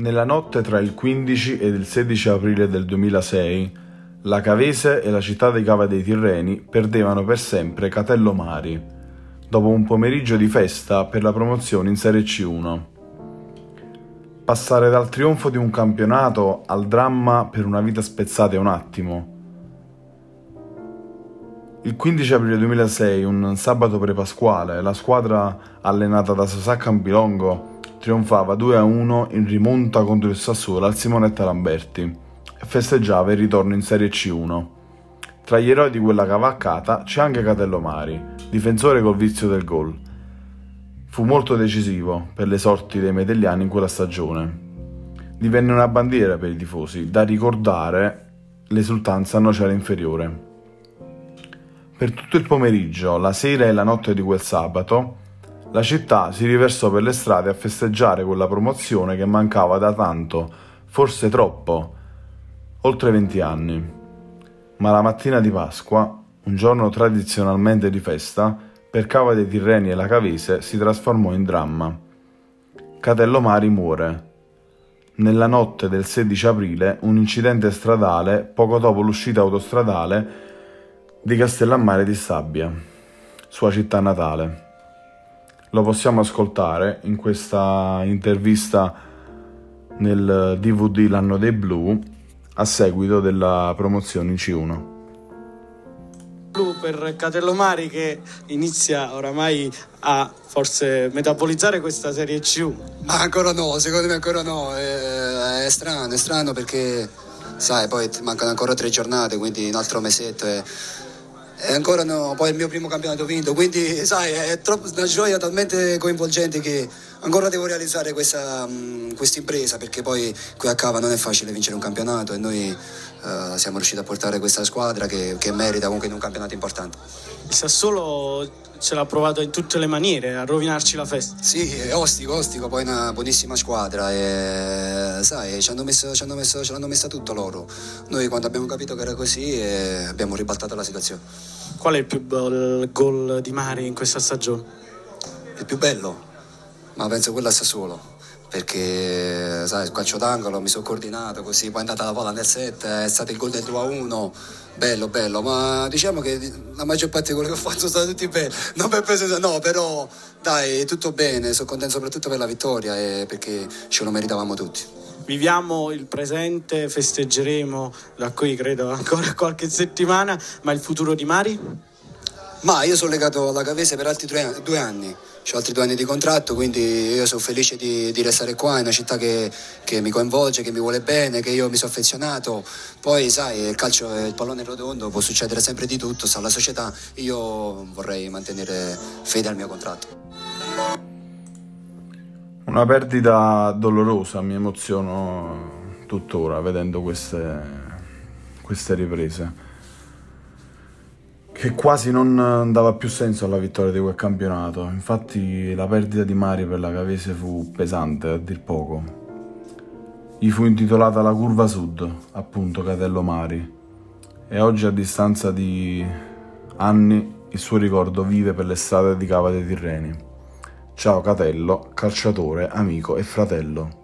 Nella notte tra il 15 ed il 16 aprile del 2006, la Cavese e la città di Cava dei Tirreni perdevano per sempre Catello Mari, dopo un pomeriggio di festa per la promozione in Serie C1. Passare dal trionfo di un campionato al dramma per una vita spezzata è un attimo. Il 15 aprile 2006, un sabato prepasquale, la squadra allenata da Sasà Cambilongo trionfava 2-1 in rimonta contro il Sassuolo al Simonetta Lamberti e festeggiava il ritorno in Serie C1. Tra gli eroi di quella cavalcata c'è anche Catello Mari, difensore col vizio del gol. Fu molto decisivo per le sorti dei metelliani in quella stagione. Divenne una bandiera per i tifosi, da ricordare l'esultanza a Nocera Inferiore. Per tutto il pomeriggio, la sera e la notte di quel sabato, la città si riversò per le strade a festeggiare quella promozione che mancava da tanto, forse troppo, oltre 20 anni. Ma la mattina di Pasqua, un giorno tradizionalmente di festa, per Cava dei Tirreni e la Cavese si trasformò in dramma. Catello Mari muore. Nella notte del 16 aprile, un incidente stradale poco dopo l'uscita autostradale di Castellammare di Stabia, sua città natale. Lo possiamo ascoltare in questa intervista nel DVD L'anno dei blu a seguito della promozione in C1. Blu per Catello Mari che inizia oramai a forse metabolizzare questa Serie C1. Ma ancora no, secondo me ancora no, è strano perché sai, poi mancano ancora 3 giornate, quindi un altro mesetto e ancora no, poi è il mio primo campionato vinto, quindi sai, è una gioia talmente coinvolgente che ancora devo realizzare questa impresa, perché poi qui a Cava non è facile vincere un campionato e noi siamo riusciti a portare questa squadra che merita comunque in un campionato importante. Il Sassuolo ce l'ha provato in tutte le maniere a rovinarci la festa. Sì, è ostico, poi è una buonissima squadra e sai, ci l'hanno messa tutto loro. Noi quando abbiamo capito che era così abbiamo ribaltato la situazione. Qual è il più bel gol di Mari in questa stagione? Il più bello? Ma penso quello a Sassuolo, perché sai, il calcio d'angolo mi sono coordinato così, poi è andata la palla nel set, è stato il gol del 2-1, bello, ma diciamo che la maggior parte di quelli che ho fatto sono stati tutti belli, non per peso, no, però dai, tutto bene, sono contento soprattutto per la vittoria e perché ce lo meritavamo tutti. Viviamo il presente, festeggeremo da qui credo ancora qualche settimana, ma il futuro di Mari? Ma io sono legato alla Cavese per altri 2 anni. Ho altri 2 anni di contratto, quindi io sono felice di restare qua, in una città che mi coinvolge, che mi vuole bene, che io mi sono affezionato. Poi sai, il calcio è il pallone rotondo, può succedere sempre di tutto, sa la società, io vorrei mantenere fede al mio contratto. Una perdita dolorosa, mi emoziono tuttora vedendo queste riprese, che quasi non dava più senso alla vittoria di quel campionato. Infatti la perdita di Mari per la Cavese fu pesante, a dir poco. Gli fu intitolata la curva sud, appunto Catello Mari, e oggi a distanza di anni il suo ricordo vive per le strade di Cava dei Tirreni. Ciao Catello, calciatore, amico e fratello.